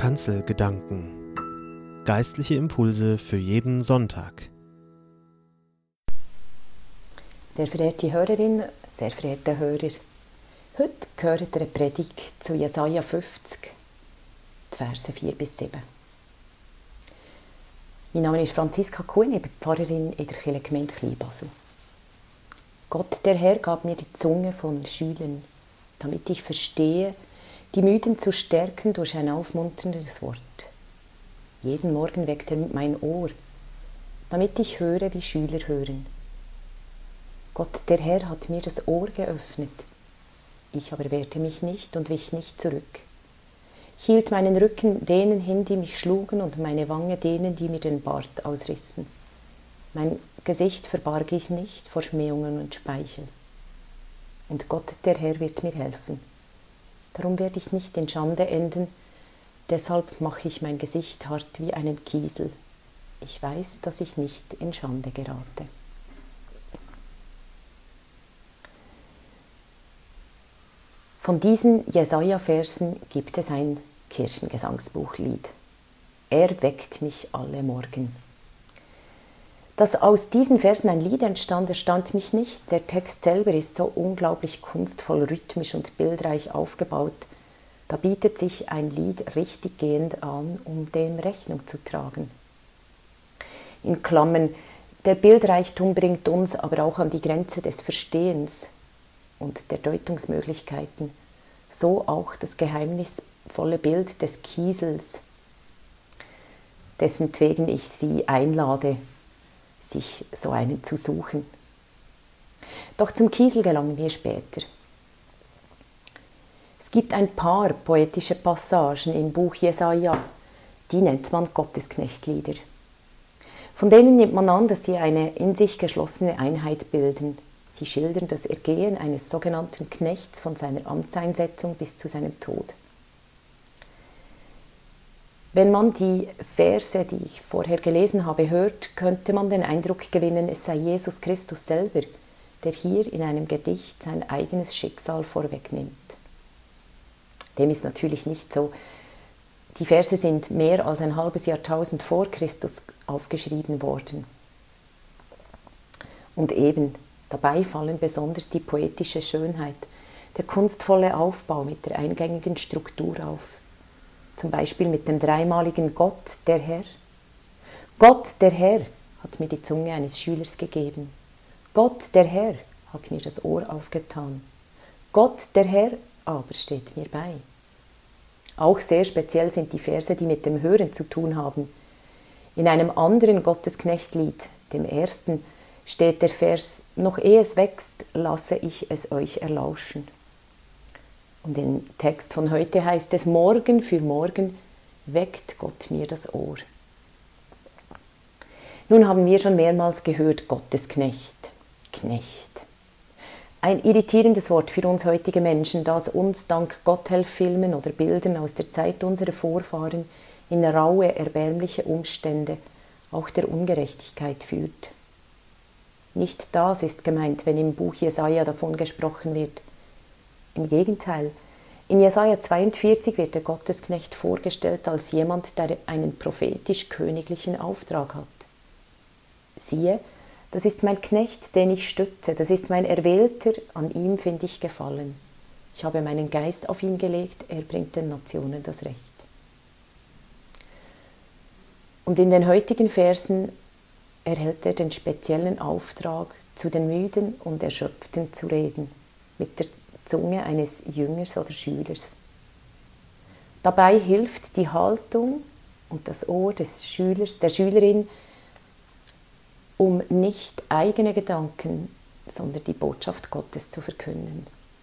Kanzelgedanken. Geistliche Impulse für jeden Sonntag. Sehr verehrte Hörerinnen, sehr verehrte Hörer, heute gehört eine Predigt zu Jesaja 50, die Verse 4-7. Mein Name ist Franziska Kuhn, ich bin Pfarrerin in der Kirchengemeinde Kleinbasel. Gott, der Herr, gab mir die Zunge von Schülern, damit ich verstehe, die Müden zu stärken durch ein aufmunterndes Wort. Jeden Morgen weckt er mein Ohr, damit ich höre, wie Schüler hören. Gott, der Herr, hat mir das Ohr geöffnet. Ich aber wehrte mich nicht und wich nicht zurück. Ich hielt meinen Rücken denen hin, die mich schlugen, und meine Wange denen, die mir den Bart ausrissen. Mein Gesicht verbarg ich nicht vor Schmähungen und Speichel. Und Gott, der Herr, wird mir helfen. Darum werde ich nicht in Schande enden, deshalb mache ich mein Gesicht hart wie einen Kiesel. Ich weiß, dass ich nicht in Schande gerate. Von diesen Jesaja-Versen gibt es ein Kirchengesangsbuchlied. Er weckt mich alle Morgen. Dass aus diesen Versen ein Lied entstand, erstaunt mich nicht. Der Text selber ist so unglaublich kunstvoll, rhythmisch und bildreich aufgebaut. Da bietet sich ein Lied richtig gehend an, um dem Rechnung zu tragen. In Klammern, der Bildreichtum bringt uns aber auch an die Grenze des Verstehens und der Deutungsmöglichkeiten. So auch das geheimnisvolle Bild des Kiesels, dessentwegen ich Sie einlade, sich so einen zu suchen. Doch zum Kiesel gelangen wir später. Es gibt ein paar poetische Passagen im Buch Jesaja, die nennt man Gottesknechtlieder. Von denen nimmt man an, dass sie eine in sich geschlossene Einheit bilden. Sie schildern das Ergehen eines sogenannten Knechts von seiner Amtseinsetzung bis zu seinem Tod. Wenn man die Verse, die ich vorher gelesen habe, hört, könnte man den Eindruck gewinnen, es sei Jesus Christus selber, der hier in einem Gedicht sein eigenes Schicksal vorwegnimmt. Dem ist natürlich nicht so. Die Verse sind mehr als ein halbes Jahrtausend vor Christus aufgeschrieben worden. Und eben, dabei fallen besonders die poetische Schönheit, der kunstvolle Aufbau mit der eingängigen Struktur auf. Zum Beispiel mit dem dreimaligen Gott, der Herr. Gott, der Herr, hat mir die Zunge eines Schülers gegeben. Gott, der Herr, hat mir das Ohr aufgetan. Gott, der Herr, aber steht mir bei. Auch sehr speziell sind die Verse, die mit dem Hören zu tun haben. In einem anderen Gottesknechtlied, dem ersten, steht der Vers: Noch ehe es wächst, lasse ich es euch erlauschen. Und im Text von heute heißt es: Morgen für morgen weckt Gott mir das Ohr. Nun haben wir schon mehrmals gehört, Gottesknecht, Knecht. Ein irritierendes Wort für uns heutige Menschen, das uns dank Gotthelf-Filmen oder Bildern aus der Zeit unserer Vorfahren in raue, erbärmliche Umstände, auch der Ungerechtigkeit führt. Nicht das ist gemeint, wenn im Buch Jesaja davon gesprochen wird. Im Gegenteil, in Jesaja 42 wird der Gottesknecht vorgestellt als jemand, der einen prophetisch-königlichen Auftrag hat. Siehe, das ist mein Knecht, den ich stütze, das ist mein Erwählter, an ihm finde ich Gefallen. Ich habe meinen Geist auf ihn gelegt, er bringt den Nationen das Recht. Und in den heutigen Versen erhält er den speziellen Auftrag, zu den Müden und Erschöpften zu reden, mit der Zunge eines Jüngers oder Schülers. Dabei hilft die Haltung und das Ohr des Schülers, der Schülerin, um nicht eigene Gedanken, sondern die Botschaft Gottes zu verkünden.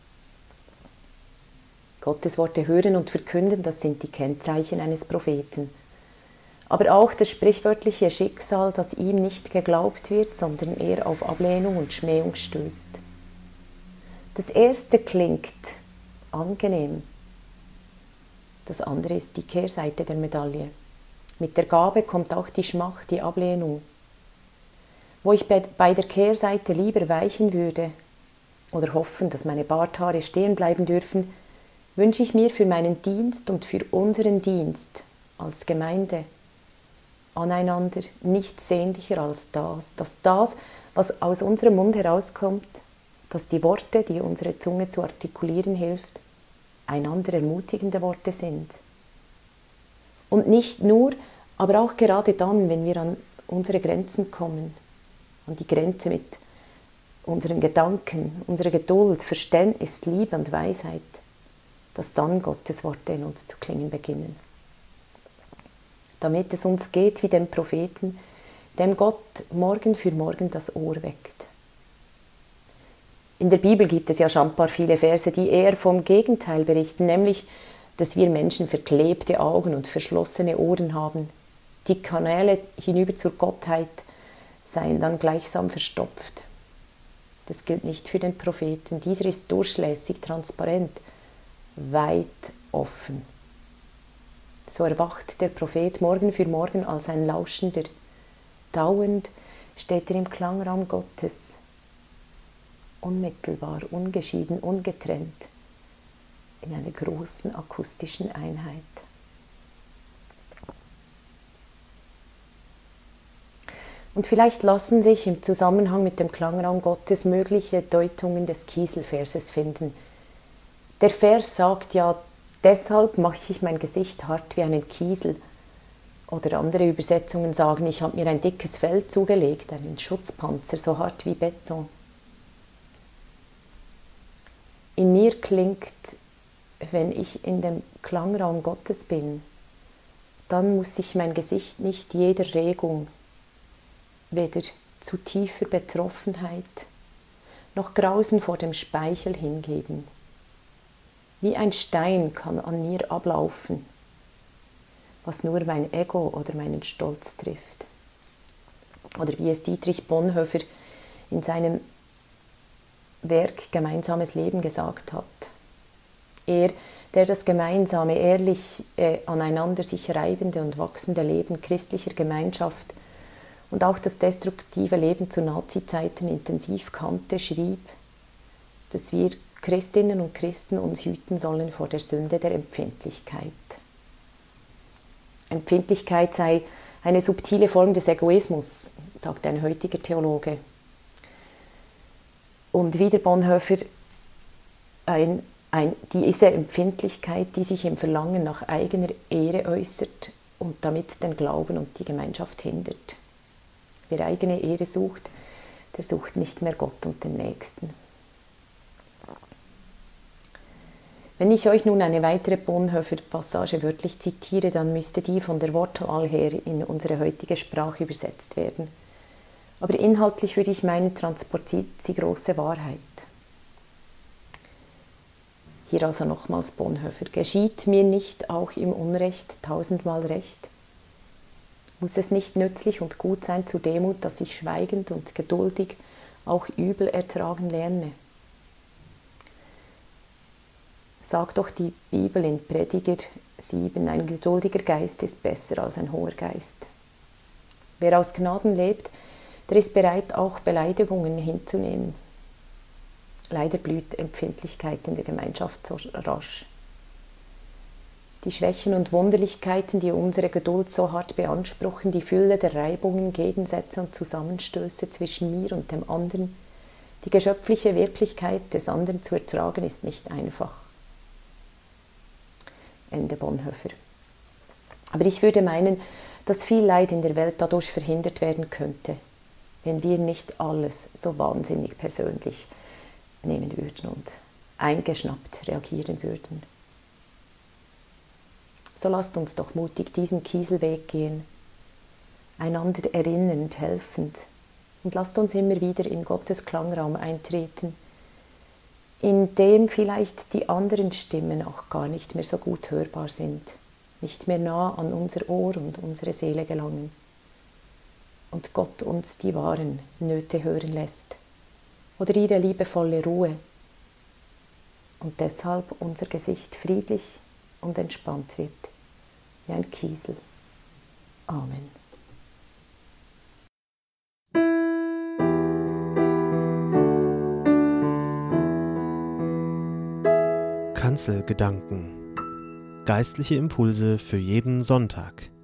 Gottes Worte hören und verkünden, das sind die Kennzeichen eines Propheten. Aber auch das sprichwörtliche Schicksal, dass ihm nicht geglaubt wird, sondern er auf Ablehnung und Schmähung stößt. Das erste klingt angenehm, das andere ist die Kehrseite der Medaille. Mit der Gabe kommt auch die Schmach, die Ablehnung. Wo ich bei der Kehrseite lieber weichen würde oder hoffen, dass meine Barthaare stehen bleiben dürfen, wünsche ich mir für meinen Dienst und für unseren Dienst, als Gemeinde, aneinander nicht sehnlicher als dass das, was aus unserem Mund herauskommt, dass die Worte, die unsere Zunge zu artikulieren hilft, einander ermutigende Worte sind. Und nicht nur, aber auch gerade dann, wenn wir an unsere Grenzen kommen, an die Grenze mit unseren Gedanken, unserer Geduld, Verständnis, Liebe und Weisheit, dass dann Gottes Worte in uns zu klingen beginnen. Damit es uns geht wie dem Propheten, dem Gott Morgen für Morgen das Ohr weckt. In der Bibel gibt es ja schambar viele Verse, die eher vom Gegenteil berichten, nämlich, dass wir Menschen verklebte Augen und verschlossene Ohren haben. Die Kanäle hinüber zur Gottheit seien dann gleichsam verstopft. Das gilt nicht für den Propheten. Dieser ist durchlässig, transparent, weit offen. So erwacht der Prophet Morgen für Morgen als ein Lauschender. Dauernd steht er im Klangraum Gottes. Unmittelbar, ungeschieden, ungetrennt, in einer großen akustischen Einheit. Und vielleicht lassen sich im Zusammenhang mit dem Klangraum Gottes mögliche Deutungen des Kieselverses finden. Der Vers sagt ja, deshalb mache ich mein Gesicht hart wie einen Kiesel. Oder andere Übersetzungen sagen, ich habe mir ein dickes Fell zugelegt, einen Schutzpanzer, so hart wie Beton. In mir klingt, wenn ich in dem Klangraum Gottes bin, dann muss sich mein Gesicht nicht jeder Regung, weder zu tiefer Betroffenheit noch Grausen vor dem Speichel hingeben. Wie ein Stein kann an mir ablaufen, was nur mein Ego oder meinen Stolz trifft. Oder wie es Dietrich Bonhoeffer in seinem Werk Gemeinsames Leben gesagt hat. Er, der das gemeinsame, ehrlich aneinander sich reibende und wachsende Leben christlicher Gemeinschaft und auch das destruktive Leben zu Nazi-Zeiten intensiv kannte, schrieb, dass wir Christinnen und Christen uns hüten sollen vor der Sünde der Empfindlichkeit. Empfindlichkeit sei eine subtile Form des Egoismus, sagt ein heutiger Theologe. Und wieder Bonhoeffer, diese Empfindlichkeit, die sich im Verlangen nach eigener Ehre äußert und damit den Glauben und die Gemeinschaft hindert. Wer eigene Ehre sucht, der sucht nicht mehr Gott und den Nächsten. Wenn ich euch nun eine weitere Bonhoeffer-Passage wörtlich zitiere, dann müsste die von der Wortwahl her in unsere heutige Sprache übersetzt werden. Aber inhaltlich würde ich meinen, transportiert sie große Wahrheit. Hier also nochmals Bonhoeffer. Geschieht mir nicht auch im Unrecht tausendmal recht? Muss es nicht nützlich und gut sein zur Demut, dass ich schweigend und geduldig auch Übel ertragen lerne? Sagt doch die Bibel in Prediger 7, ein geduldiger Geist ist besser als ein hoher Geist. Wer aus Gnaden lebt, der ist bereit, auch Beleidigungen hinzunehmen. Leider blüht Empfindlichkeit in der Gemeinschaft so rasch. Die Schwächen und Wunderlichkeiten, die unsere Geduld so hart beanspruchen, die Fülle der Reibungen, Gegensätze und Zusammenstöße zwischen mir und dem anderen, die geschöpfliche Wirklichkeit des anderen zu ertragen, ist nicht einfach. Ende Bonhoeffer. Aber ich würde meinen, dass viel Leid in der Welt dadurch verhindert werden könnte, wenn wir nicht alles so wahnsinnig persönlich nehmen würden und eingeschnappt reagieren würden. So lasst uns doch mutig diesen Kieselweg gehen, einander erinnernd, helfend, und lasst uns immer wieder in Gottes Klangraum eintreten, in dem vielleicht die anderen Stimmen auch gar nicht mehr so gut hörbar sind, nicht mehr nah an unser Ohr und unsere Seele gelangen und Gott uns die wahren Nöte hören lässt oder ihre liebevolle Ruhe und deshalb unser Gesicht friedlich und entspannt wird, wie ein Kiesel. Amen. Kanzelgedanken. Geistliche Impulse für jeden Sonntag.